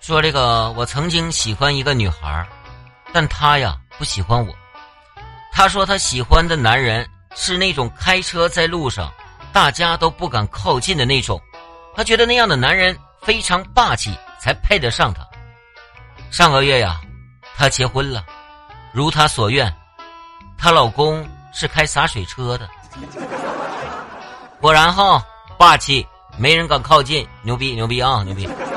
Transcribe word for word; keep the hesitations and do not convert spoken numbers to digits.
说这个我曾经喜欢一个女孩，但她呀不喜欢我。她说她喜欢的男人是那种开车在路上大家都不敢靠近的那种，她觉得那样的男人非常霸气，才配得上她。上个月呀，她结婚了，如她所愿，她老公是开洒水车的。果然哈，霸气，没人敢靠近，牛逼牛逼啊，牛逼！